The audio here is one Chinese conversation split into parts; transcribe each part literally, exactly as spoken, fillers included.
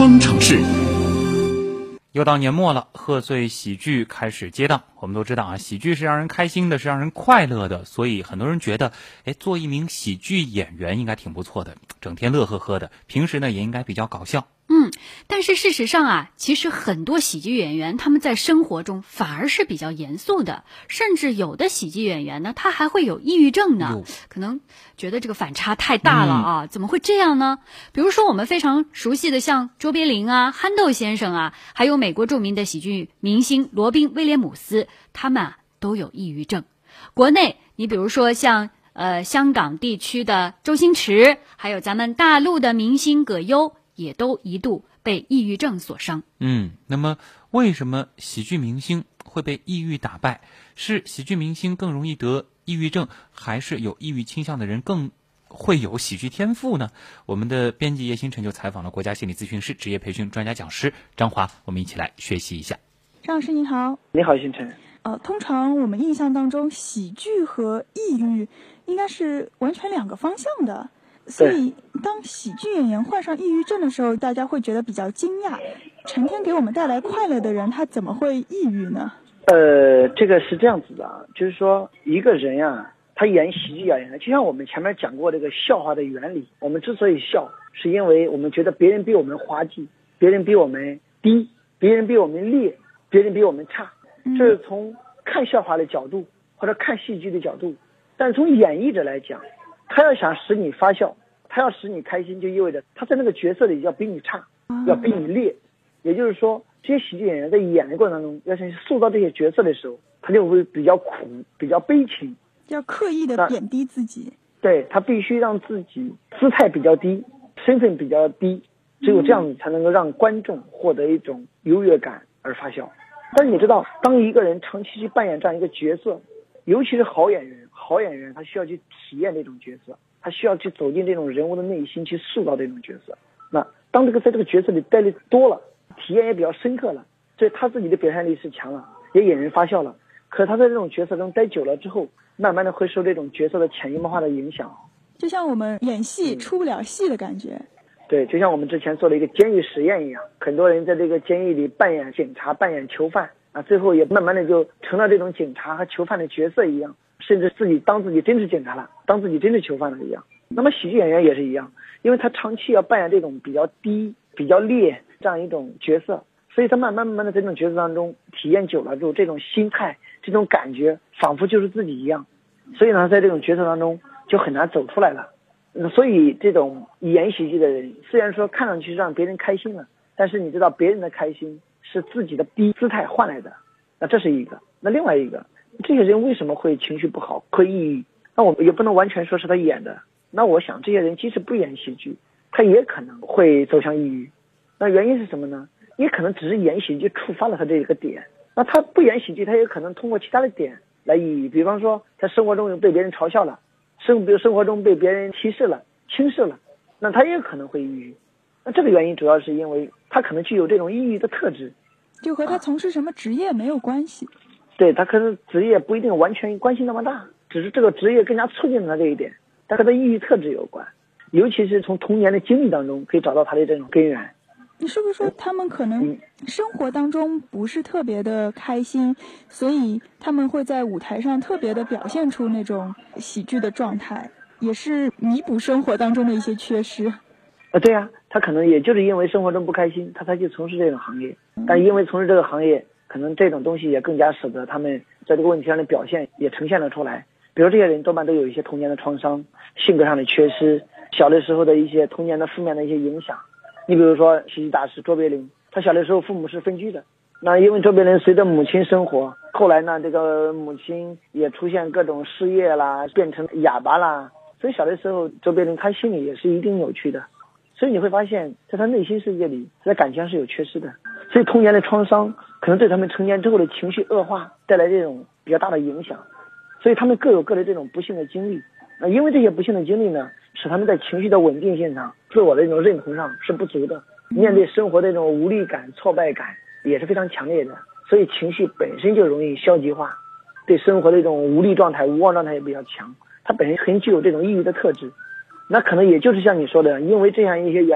方程式。 又到年末了，贺岁喜剧开始接档。我们都知道啊，喜剧是让人开心的，是让人快乐的，所以很多人觉得，哎，做一名喜剧演员应该挺不错的，整天乐呵呵的，平时呢也应该比较搞笑。 嗯，但是事实上啊，其实很多喜剧演员他们在生活中反而是比较严肃的，甚至有的喜剧演员呢，他还会有抑郁症呢。可能觉得这个反差太大了啊，嗯、怎么会这样呢？比如说我们非常熟悉的像卓别林啊、憨豆先生啊，还有美国著名的喜剧明星罗宾·威廉姆斯，他们啊都有抑郁症。国内，你比如说像呃香港地区的周星驰，还有咱们大陆的明星葛优，也都一度被抑郁症所伤。 嗯，那么为什么喜剧明星会被抑郁打败？是喜剧明星更容易得抑郁症，还是有抑郁倾向的人更会有喜剧天赋呢？我们的编辑叶星辰就采访了国家心理咨询师、职业培训专家讲师张华，我们一起来学习一下。 张老师您好。 你好，星辰。 呃，通常我们印象当中，喜剧和抑郁应该是完全两个方向的。所以当喜剧演员患上抑郁症的时候，大家会觉得比较惊讶，成天给我们带来快乐的人，他怎么会抑郁呢？ 呃，这个是这样子的啊，就是说一个人啊，他演喜剧演员，就像我们前面讲过这个笑话的原理，我们之所以笑，是因为我们觉得别人比我们滑稽，别人比我们低，别人比我们劣，别人比我们差，这是从看笑话的角度或者看戏剧的角度。但是从演绎者来讲，他要想使你发笑，他要使你开心，就意味着他在那个角色里要比你差，要比你劣。也就是说，这些喜剧演员在演的过程当中，要是塑造这些角色的时候，他就会比较苦，比较悲情， 要刻意的贬低自己。 对，他必须让自己姿态比较低，身份比较低，只有这样子才能够让观众获得一种优越感而发笑。但是你知道，当一个人长期去扮演这样一个角色，尤其是好演员，好演员他需要去体验这种角色，他需要去走进这种人物的内心，去塑造这种角色。那当这个在这个角色里待的多了，体验也比较深刻了，所以他自己的表现力是强了，也引人发笑了。可他在这种角色中待久了之后，慢慢的会受这种角色的潜移默化的影响， 就像我们演戏出不了戏的感觉。 对，就像我们之前做的一个监狱实验一样，很多人在这个监狱里扮演警察，扮演囚犯啊，最后也慢慢的就成了这种警察和囚犯的角色一样，甚至自己当自己真是警察了，当自己真是囚犯了一样。那么喜剧演员也是一样，因为他长期要扮演这种比较低、比较劣这样一种角色，所以他慢慢慢慢的在这种角色当中体验久了之后，这种心态、这种感觉仿佛就是自己一样，所以呢，在这种角色当中就很难走出来了。所以这种演喜剧的人，虽然说看上去让别人开心了，但是你知道别人的开心是自己的低姿态换来的，那这是一个。那另外一个，这些人为什么会情绪不好，会抑郁？那我们也不能完全说是他演的。那我想这些人即使不演喜剧，他也可能会走向抑郁。那原因是什么呢？也可能只是演喜剧触发了他这个点。那他不演喜剧，他也可能通过其他的点来抑郁。比方说，他生活中有被别人嘲笑了，生比如生活中被别人歧视了、轻视了，那他也可能会抑郁。那这个原因主要是因为他可能具有这种抑郁的特质， 就和他从事什么职业没有关系。 啊、对，他可能职业不一定完全关系那么大，只是这个职业更加促进了他这一点，但和他抑郁特质有关。尤其是从童年的经历当中可以找到他的这种根源。 你是不是说他们可能生活当中不是特别的开心，所以他们会在舞台上特别的表现出那种喜剧的状态，也是弥补生活当中的一些缺失？ 啊，对啊，他可能也就是因为生活中不开心，他才去从事这种行业。但因为从事这个行业，可能这种东西也更加使得他们在这个问题上的表现也呈现了出来。比如这些人多半都有一些童年的创伤，性格上的缺失，小的时候的一些童年的负面的一些影响。你比如说喜剧大师卓别林，他小的时候父母是分居的，那因为卓别林随着母亲生活，后来呢这个母亲也出现各种失业啦，变成哑巴啦，所以小的时候卓别林他心里也是一定扭曲的。所以你会发现在他内心世界里，在感情上是有缺失的，所以童年的创伤可能对他们成年之后的情绪恶化带来这种比较大的影响，所以他们各有各的这种不幸的经历。那因为这些不幸的经历呢，使他们在情绪的稳定性上，自我的这种认同上是不足的，面对生活的这种无力感、挫败感也是非常强烈的，所以情绪本身就容易消极化，对生活的这种无力状态、无望状态也比较强，它本身很具有这种抑郁的特质。那可能也就是像你说的，因为这样一些原因，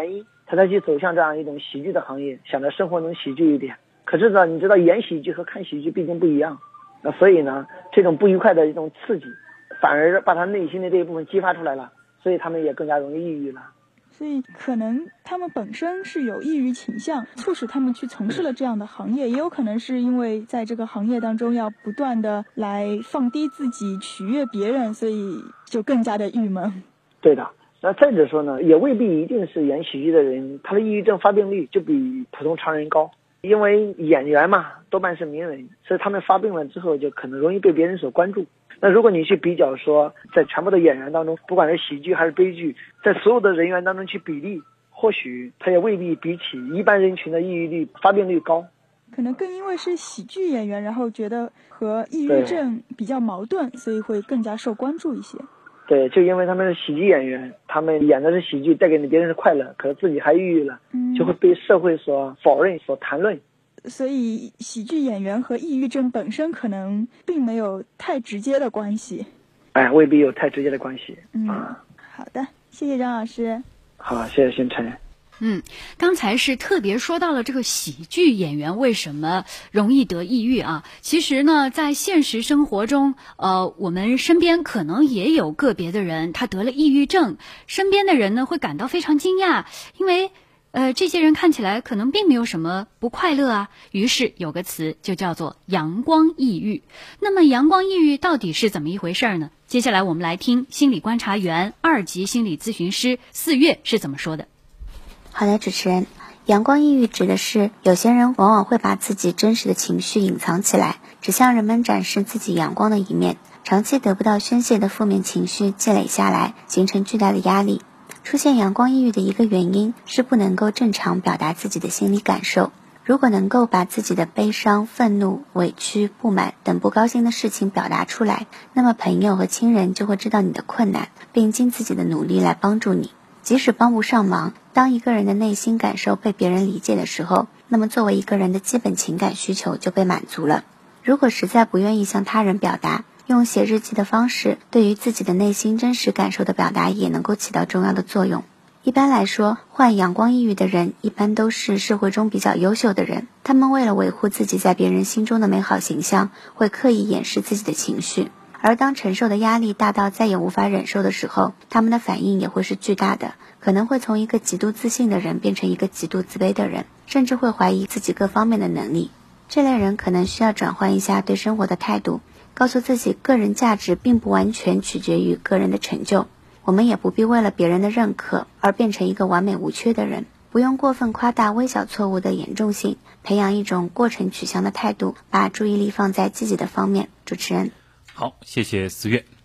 他才去走向这样一种喜剧的行业，想着生活能喜剧一点。可是呢，你知道演喜剧和看喜剧毕竟不一样，那所以呢，这种不愉快的一种刺激，反而把他内心的这一部分激发出来了，所以他们也更加容易抑郁了。 所以可能他们本身是有抑郁倾向，促使他们去从事了这样的行业，也有可能是因为在这个行业当中要不断的来放低自己取悦别人，所以就更加的郁闷。 对的。那再者说呢，也未必一定是演喜剧的人他的抑郁症发病率就比普通常人高，因为演员嘛多半是名人，所以他们发病了之后就可能容易被别人所关注。那如果你去比较说，在全部的演员当中，不管是喜剧还是悲剧，在所有的人员当中去比例，或许他也未必比起一般人群的抑郁率发病率高。 可能更因为是喜剧演员，然后觉得和抑郁症比较矛盾，所以会更加受关注一些。 对，就因为他们是喜剧演员，他们演的是喜剧，带给别人是快乐，可是自己还抑郁了， 嗯， 就会被社会所否认、所谈论。 所以喜剧演员和抑郁症本身可能并没有太直接的关系。 哎，未必有太直接的关系。 嗯， 啊、 好的，谢谢张老师。 好，谢谢星辰。 嗯，刚才是特别说到了这个喜剧演员为什么容易得抑郁啊？其实呢，在现实生活中，呃，我们身边可能也有个别的人他得了抑郁症，身边的人呢会感到非常惊讶，因为呃，这些人看起来可能并没有什么不快乐啊。于是有个词就叫做阳光抑郁。那么阳光抑郁到底是怎么一回事呢？接下来我们来听心理观察员、二级心理咨询师四月是怎么说的。 好的，主持人，阳光抑郁指的是有些人往往会把自己真实的情绪隐藏起来，只向人们展示自己阳光的一面，长期得不到宣泄的负面情绪积累下来，形成巨大的压力。出现阳光抑郁的一个原因是不能够正常表达自己的心理感受。如果能够把自己的悲伤、愤怒、委屈、不满等不高兴的事情表达出来，那么朋友和亲人就会知道你的困难，并尽自己的努力来帮助你。即使帮不上忙，当一个人的内心感受被别人理解的时候，那么作为一个人的基本情感需求就被满足了。如果实在不愿意向他人表达，用写日记的方式，对于自己的内心真实感受的表达也能够起到重要的作用。一般来说，患阳光抑郁的人一般都是社会中比较优秀的人，他们为了维护自己在别人心中的美好形象，会刻意掩饰自己的情绪。而当承受的压力大到再也无法忍受的时候，他们的反应也会是巨大的，可能会从一个极度自信的人变成一个极度自卑的人，甚至会怀疑自己各方面的能力。这类人可能需要转换一下对生活的态度，告诉自己个人价值并不完全取决于个人的成就，我们也不必为了别人的认可而变成一个完美无缺的人，不用过分夸大微小错误的严重性，培养一种过程取向的态度，把注意力放在积极的方面。主持人， 好，谢谢四月。